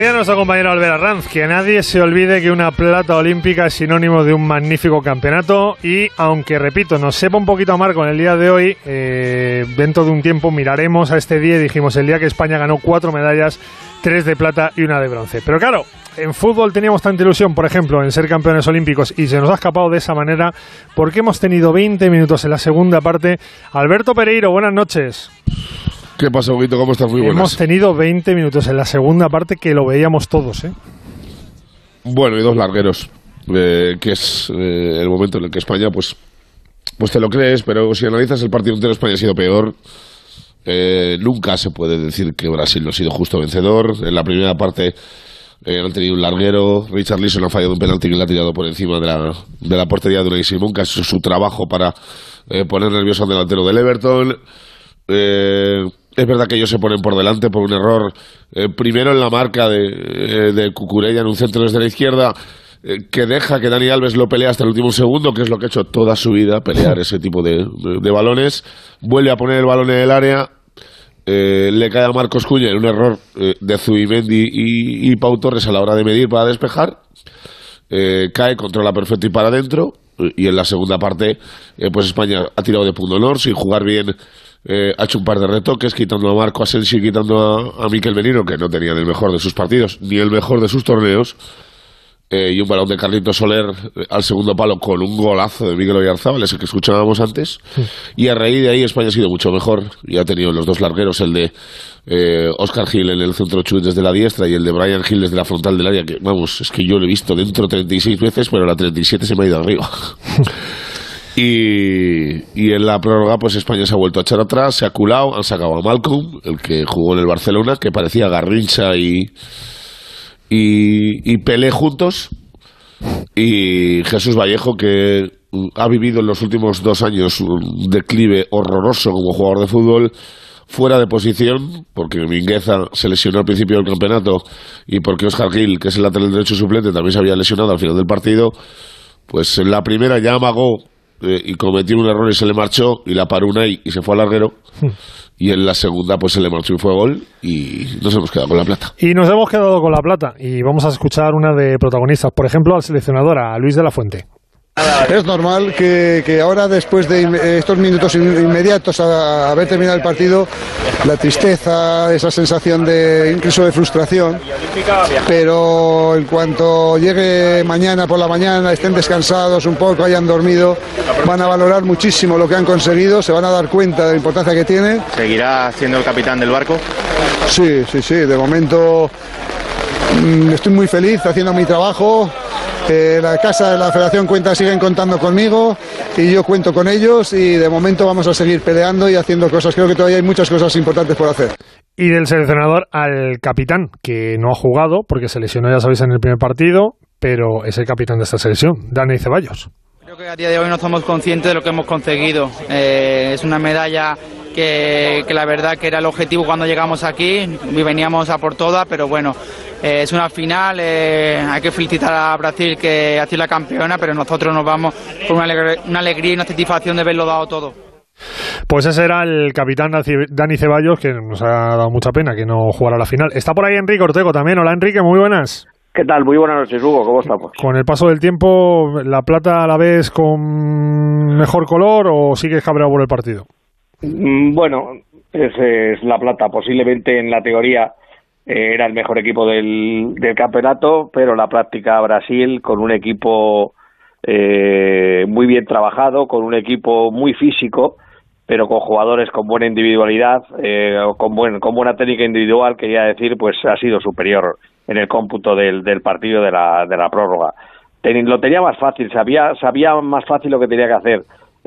Ya nuestro compañero Albert Arranz, que nadie se olvide que una plata olímpica es sinónimo de un magnífico campeonato y aunque, repito, nos sepa un poquito amargo en el día de hoy, dentro de un tiempo miraremos a este día y dijimos el día que España ganó 4 medallas, 3 de plata y 1 de bronce. Pero claro, en fútbol teníamos tanta ilusión, por ejemplo, en ser campeones olímpicos y se nos ha escapado de esa manera porque hemos tenido 20 minutos en la segunda parte. Alberto Pereiro, buenas noches. ¿Qué pasa, Huguito? ¿Cómo estás? Muy buenas. Hemos tenido 20 minutos en la segunda parte que lo veíamos todos, ¿eh? Bueno, y 2 largueros, que es el momento en el que España, pues te lo crees, pero si analizas el partido entero, España ha sido peor. Nunca se puede decir que Brasil no ha sido justo vencedor. En la primera parte han tenido un larguero. Richarlison ha fallado un penalti que le ha tirado por encima de la portería de Unai Simón, que ha hecho su trabajo para poner nervioso al delantero del Everton. Es verdad que ellos se ponen por delante por un error primero en la marca de Cucurella en un centro desde la izquierda, que deja que Dani Alves lo pelea hasta el último segundo, que es lo que ha hecho toda su vida, pelear ese tipo de balones. Vuelve a poner el balón en el área, le cae a Marcos Cuña en un error de Zubimendi y Pau Torres a la hora de medir para despejar. Cae, controla perfecto y para adentro. Y en la segunda parte, pues España ha tirado de punto honor sin jugar bien. Ha hecho un par de retoques, quitando a Marco Asensio y quitando a Mikel Merino, que no tenían el mejor de sus partidos ni el mejor de sus torneos, y un balón de Carlitos Soler al segundo palo con un golazo de Miguel Oyarzabal, ese que escuchábamos antes. Y a raíz de ahí España ha sido mucho mejor y ha tenido los 2 largueros, el de Óscar Gil en el centro chut desde la diestra y el de Brian Gil desde la frontal del área, que vamos, es que yo lo he visto dentro 36 veces, pero la 37 se me ha ido arriba. Y en la prórroga pues España se ha vuelto a echar atrás, se ha culado, han sacado a Malcolm, el que jugó en el Barcelona, que parecía Garrincha y Pelé juntos, y Jesús Vallejo, que ha vivido en los últimos 2 años un declive horroroso como jugador de fútbol, fuera de posición, porque Mingueza se lesionó al principio del campeonato y porque Óscar Gil, que es el lateral derecho suplente, también se había lesionado al final del partido. Pues en la primera ya amagó y cometió un error y se le marchó y la paró Unai y se fue al larguero, y en la segunda pues se le marchó y fue gol y nos hemos quedado con la plata. Y nos hemos quedado con la plata y vamos a escuchar una de protagonistas, por ejemplo al seleccionador, a Luis de la Fuente. Es normal que ahora, después de estos minutos inmediatos a haber terminado el partido, la tristeza, esa sensación de incluso de frustración, pero en cuanto llegue mañana por la mañana, estén descansados un poco, hayan dormido, van a valorar muchísimo lo que han conseguido, se van a dar cuenta de la importancia que tiene. ¿Seguirá siendo el capitán del barco? Sí, de momento estoy muy feliz haciendo mi trabajo. La casa de la Federación siguen contando conmigo y yo cuento con ellos, y de momento vamos a seguir peleando y haciendo cosas. Creo que todavía hay muchas cosas importantes por hacer. Y del seleccionador al capitán, que no ha jugado porque se lesionó, ya sabéis, en el primer partido, pero es el capitán de esta selección, Dani Ceballos. Creo que a día de hoy no somos conscientes de lo que hemos conseguido. Es una medalla que la verdad que era el objetivo cuando llegamos aquí y veníamos a por todas, pero bueno, es una final, hay que felicitar a Brasil, que ha sido la campeona, pero nosotros nos vamos con una alegría y una satisfacción de haberlo dado todo. Pues ese era el capitán Dani Ceballos, que nos ha dado mucha pena que no jugara la final. Está por ahí Enrique Ortego también. Hola Enrique, muy buenas. ¿Qué tal? Muy buenas noches, Hugo, ¿cómo estamos? Con el paso del tiempo, ¿la plata la ves con mejor color o sigues cabreado por el partido? Bueno, es la plata. Posiblemente en la teoría era el mejor equipo del campeonato, pero en la práctica Brasil, con un equipo muy bien trabajado, con un equipo muy físico, pero con jugadores con buena individualidad, con buena técnica individual, quería decir, pues ha sido superior en el cómputo del partido de la prórroga. Lo tenía más fácil, sabía más fácil lo que tenía que hacer.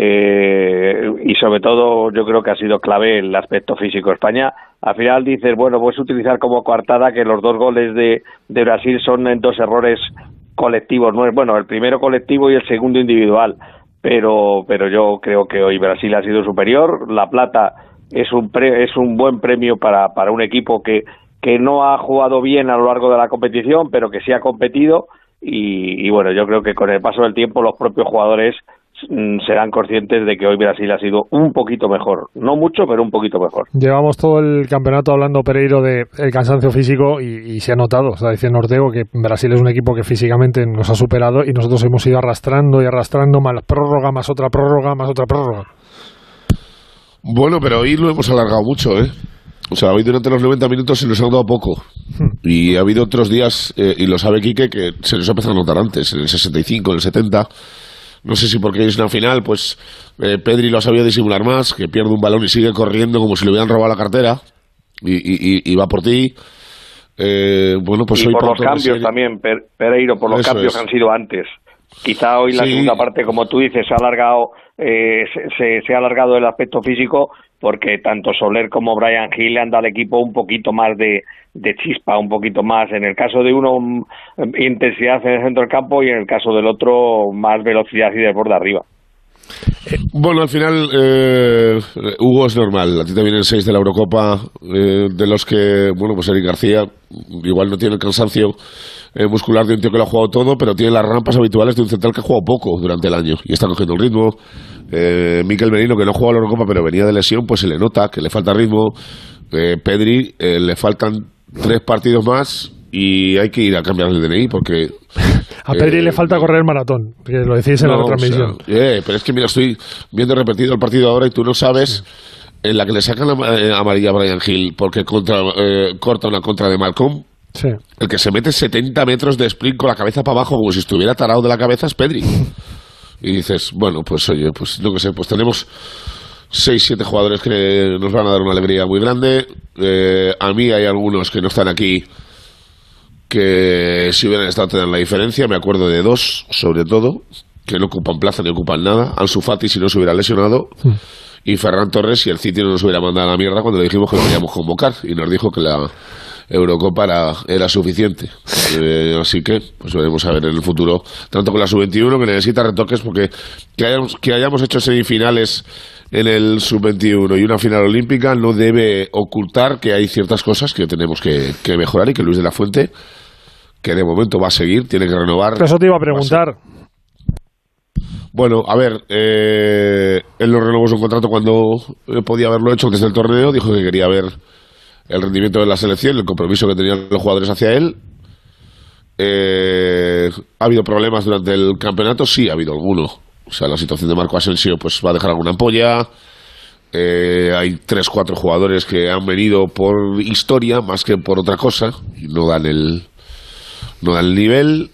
Y sobre todo yo creo que ha sido clave el aspecto físico. España al final dices, bueno, puedes utilizar como coartada que los 2 goles de Brasil son en 2 errores colectivos, no es bueno, el primero colectivo y el segundo individual, pero yo creo que hoy Brasil ha sido superior. La plata es un buen premio para un equipo que no ha jugado bien a lo largo de la competición, pero que sí ha competido, y bueno, yo creo que con el paso del tiempo los propios jugadores serán conscientes de que hoy Brasil ha sido un poquito mejor. No mucho, pero un poquito mejor. Llevamos todo el campeonato hablando, Pereiro, de el cansancio físico y se ha notado. Está diciendo Ortego que Brasil es un equipo que físicamente nos ha superado y nosotros hemos ido arrastrando y arrastrando, más prórroga, más otra prórroga, más otra prórroga. Bueno, pero hoy lo hemos alargado mucho, ¿eh? O sea, hoy durante los 90 minutos se nos ha dado poco. Y ha habido otros días, y lo sabe Quique, que se nos ha empezado a notar antes, en el 65, en el 70. No sé si porque es una final, pues Pedri lo ha sabido disimular más, que pierde un balón y sigue corriendo como si le hubieran robado la cartera. Y va por ti. Bueno, pues y hoy por los cambios también, Pereiro, por los cambios que han sido antes. Quizá hoy la segunda parte, como tú dices, se ha alargado, se ha alargado el aspecto físico, porque tanto Soler como Bryan Gil le han dado al equipo un poquito más de chispa, un poquito más. En el caso de uno, intensidad en el centro del campo, y en el caso del otro, más velocidad y desborde arriba. Bueno, al final, Hugo, es normal. A ti te vienen 6 de la Eurocopa, de los que, bueno, pues Eric García igual no tiene el cansancio muscular de un tío que lo ha jugado todo, pero tiene las rampas habituales de un central que ha jugado poco durante el año y está cogiendo el ritmo. Mikel Merino, que no ha jugado la Eurocopa pero venía de lesión, pues se le nota que le falta ritmo. Pedri, le faltan 3 partidos más y hay que ir a cambiar el DNI porque... A Pedri le falta correr el maratón, que lo decís en la retransmisión. O sea, pero es que mira, estoy viendo repetido el partido ahora y tú no sabes en la que le sacan amarilla a Bryan Gil porque corta una contra de Malcolm. Sí. El que se mete 70 metros de sprint con la cabeza para abajo como si estuviera tarado de la cabeza es Pedri. Y dices, bueno, pues oye, pues no que sé, pues tenemos 6-7 jugadores que nos van a dar una alegría muy grande. A mí hay algunos que no están aquí que si hubieran estado teniendo la diferencia. Me acuerdo de 2, sobre todo, que no ocupan plaza ni ocupan nada. Ansu Fati si no se hubiera lesionado y Ferran Torres si el City no nos hubiera mandado a la mierda cuando le dijimos que lo queríamos convocar y nos dijo que la Eurocopa era suficiente. Así que pues veremos a ver en el futuro, tanto con la Sub-21, que necesita retoques, porque que hayamos hecho semifinales en el Sub-21 y una final olímpica no debe ocultar que hay ciertas cosas que tenemos que mejorar y que Luis de la Fuente, que de momento va a seguir, tiene que renovar. Eso te iba a preguntar. Bueno, a ver, él no renovó su contrato cuando podía haberlo hecho antes del torneo, dijo que quería ver el rendimiento de la selección, el compromiso que tenían los jugadores hacia él. ¿Ha habido problemas durante el campeonato? Sí, ha habido alguno. O sea, la situación de Marco Asensio pues va a dejar alguna ampolla. Hay 3-4 jugadores que han venido por historia más que por otra cosa y no dan el nivel.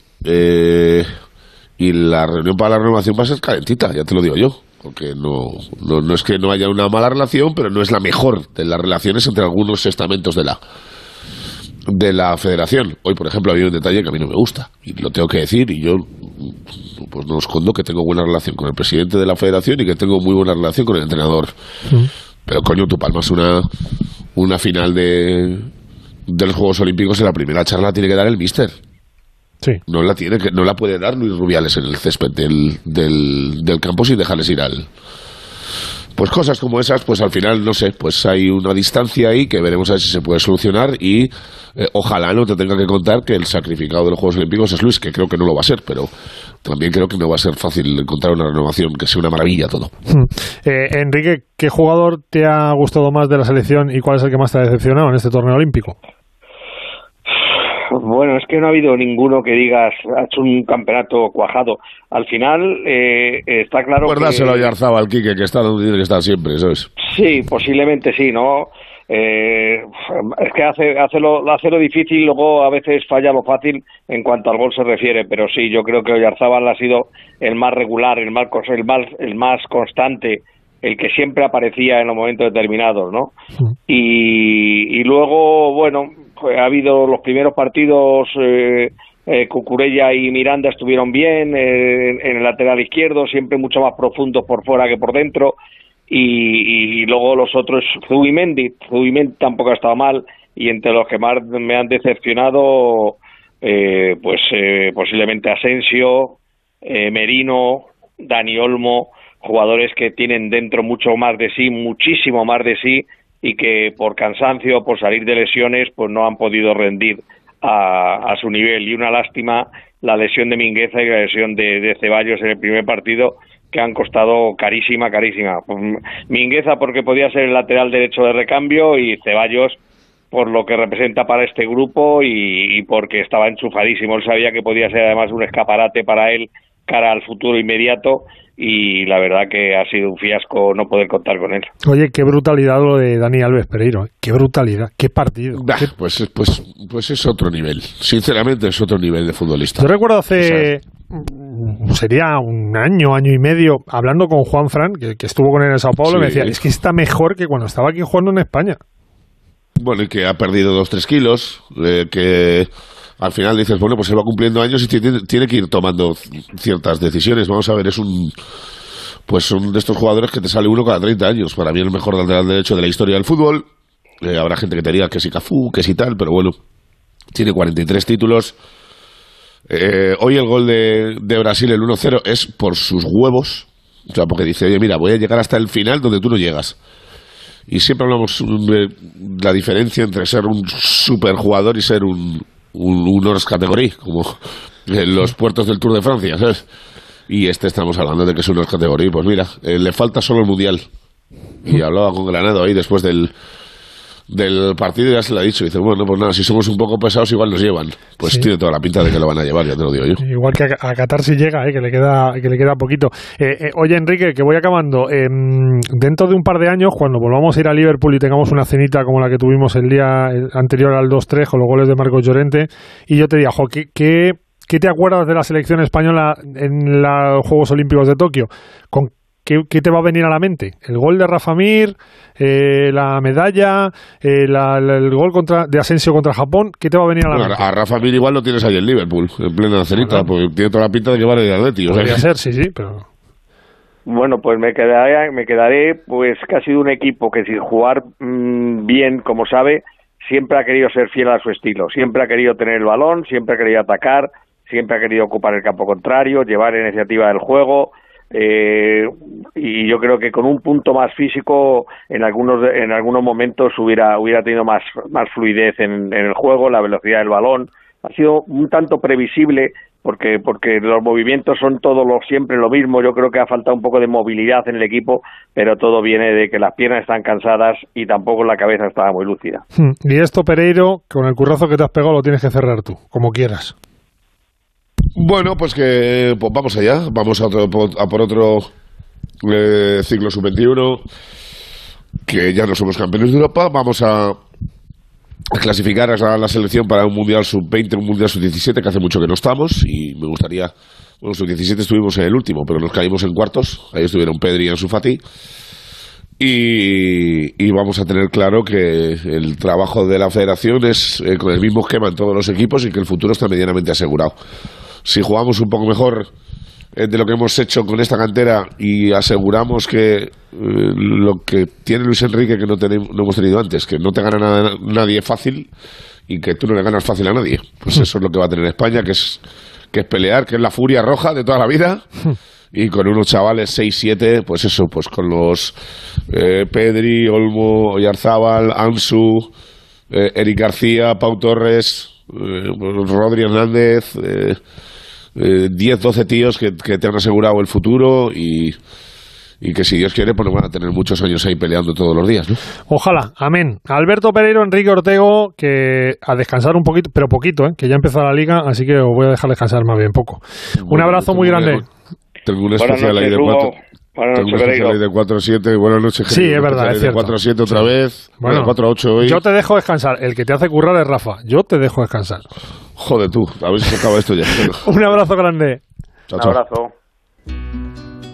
Y la reunión para la renovación va a ser calentita, ya te lo digo yo. Porque no es que no haya una mala relación, pero no es la mejor de las relaciones entre algunos estamentos de la federación. Hoy, por ejemplo, había un detalle que a mí no me gusta, y lo tengo que decir, y yo pues no escondo que tengo buena relación con el presidente de la federación y que tengo muy buena relación con el entrenador. Pero coño, tú palmas una final de los Juegos Olímpicos, en la primera charla tiene que dar el míster. Sí. No la puede dar Luis Rubiales en el césped del campo sin dejarles ir al... Pues cosas como esas, pues al final, no sé, pues hay una distancia ahí que veremos a ver si se puede solucionar y ojalá no te tenga que contar que el sacrificado de los Juegos Olímpicos es Luis, que creo que no lo va a ser, pero también creo que no va a ser fácil encontrar una renovación, que sea una maravilla todo. Enrique, ¿qué jugador te ha gustado más de la selección y cuál es el que más te ha decepcionado en este torneo olímpico? Bueno, es que no ha habido ninguno que digas ha hecho un campeonato cuajado. Al final está claro que... Guárdaselo a Oyarzabal, Quique, que está donde tiene que estar siempre, eso es. Sí, posiblemente sí, ¿no? Es que hace lo difícil, luego a veces falla lo fácil en cuanto al gol se refiere, pero sí, yo creo que Oyarzabal ha sido el más regular, el más constante, el que siempre aparecía en los momentos determinados, ¿no? Y luego, bueno, pues ha habido los primeros partidos, Cucurella y Miranda estuvieron bien, en el lateral izquierdo, siempre mucho más profundos por fuera que por dentro, y luego los otros, Zubimendi tampoco ha estado mal, y entre los que más me han decepcionado, posiblemente Asensio, Merino, Dani Olmo, jugadores que tienen dentro mucho más de sí, muchísimo más de sí, y que por cansancio, por salir de lesiones, pues no han podido rendir a su nivel. Y una lástima la lesión de Mingueza y la lesión de Ceballos en el primer partido, que han costado carísima. Mingueza porque podía ser el lateral derecho de recambio, y Ceballos por lo que representa para este grupo y porque estaba enchufadísimo. Él sabía que podía ser además un escaparate para él cara al futuro inmediato, y la verdad que ha sido un fiasco no poder contar con él. Oye, qué brutalidad lo de Dani Alves Pereiro, qué brutalidad, qué partido. Pues es otro nivel, sinceramente es otro nivel de futbolista. Yo recuerdo sería un año y medio, hablando con Juan Fran, que estuvo con él en Sao Paulo, y me decía, es que está mejor que cuando estaba aquí jugando en España. Bueno, y que ha perdido 2-3 kilos, que al final dices, bueno, pues se va cumpliendo años y tiene que ir tomando ciertas decisiones. Vamos a ver, es un de estos jugadores que te sale uno cada 30 años. Para mí el mejor lateral derecho de la historia del fútbol. Habrá gente que te diga que si Cafú, que si tal, pero bueno, tiene 43 títulos. Hoy el gol de Brasil, el 1-0, es por sus huevos. O sea, porque dice, oye, mira, voy a llegar hasta el final donde tú no llegas. Y siempre hablamos de la diferencia entre ser un superjugador y ser un hors categorie, como en los puertos del Tour de Francia, ¿sabes? Y estamos hablando de que es un hors categorie. Pues mira, le falta solo el Mundial. Y hablaba con Granado ahí después del partido, y ya se lo ha dicho. Dice, bueno, pues nada, si somos un poco pesados igual nos llevan. Pues sí, tiene toda la pinta de que lo van a llevar, ya te lo digo yo. Igual que a Qatar si llega, que le queda poquito. Oye, Enrique, que voy acabando. Dentro de un par de años, cuando volvamos a ir a Liverpool y tengamos una cenita como la que tuvimos el día anterior al 2-3 con los goles de Marcos Llorente, y yo te diga, ¿qué te acuerdas de la selección española en los Juegos Olímpicos de Tokio? ¿Qué te va a venir a la mente? ¿El gol de Rafa Mir? ¿La medalla? ¿El gol de Asensio contra Japón? ¿Qué te va a venir a la mente? A Rafa Mir igual lo tienes ahí en Liverpool, en plena cenita, porque tiene toda la pinta de que va a ir al Atleti. Podría ser, sí, pero... Bueno, pues me quedaré pues que ha sido un equipo que sin jugar bien, como sabe, siempre ha querido ser fiel a su estilo. Siempre ha querido tener el balón, siempre ha querido atacar, siempre ha querido ocupar el campo contrario, llevar la iniciativa del juego... y yo creo que con un punto más físico en algunos momentos hubiera tenido más fluidez en el juego, la velocidad del balón. Ha sido un tanto previsible porque los movimientos son siempre lo mismo. Yo creo que ha faltado un poco de movilidad en el equipo, pero todo viene de que las piernas están cansadas y tampoco la cabeza estaba muy lúcida. Y esto, Pereiro, con el currazo que te has pegado, lo tienes que cerrar tú, como quieras. Bueno, pues vamos allá, vamos a por otro ciclo sub-21, que ya no somos campeones de Europa. Vamos a clasificar a la selección para un Mundial sub-20, un Mundial sub-17, que hace mucho que no estamos, y me gustaría... Bueno, sub-17 estuvimos en el último, pero nos caímos en cuartos, ahí estuvieron Pedri y Ansu Fati, y vamos a tener claro que el trabajo de la federación es con el mismo esquema en todos los equipos y que el futuro está medianamente asegurado. Si jugamos un poco mejor de lo que hemos hecho con esta cantera y aseguramos que lo que tiene Luis Enrique que no hemos tenido antes, que no te gana nadie fácil y que tú no le ganas fácil a nadie, pues eso es lo que va a tener España, que es pelear, que es la furia roja de toda la vida, y con unos chavales 6-7, pues eso, pues con los Pedri, Olmo, Oyarzábal, Ansu, Eric García, Pau Torres, Rodri Hernández, 10-12 tíos que te han asegurado el futuro y que si Dios quiere pues van a tener muchos años ahí peleando todos los días, ¿no? Ojalá, amén. Alberto Pereiro, Enrique Ortego, que a descansar un poquito, pero poquito, que ya empezó la liga, así que os voy a dejar descansar más bien poco. Un abrazo muy grande. Tengo un especial ahí de 4. Tengo un especial ahí de 4-7. Buenas noches. Sí, es verdad, es cierto. 4-7 otra vez. Bueno, 4-8 hoy. Yo te dejo descansar. El que te hace currar es Rafa. Yo te dejo descansar. Joder tú, a ver si se acaba esto ya. Un abrazo grande. Chao, chao. Un abrazo.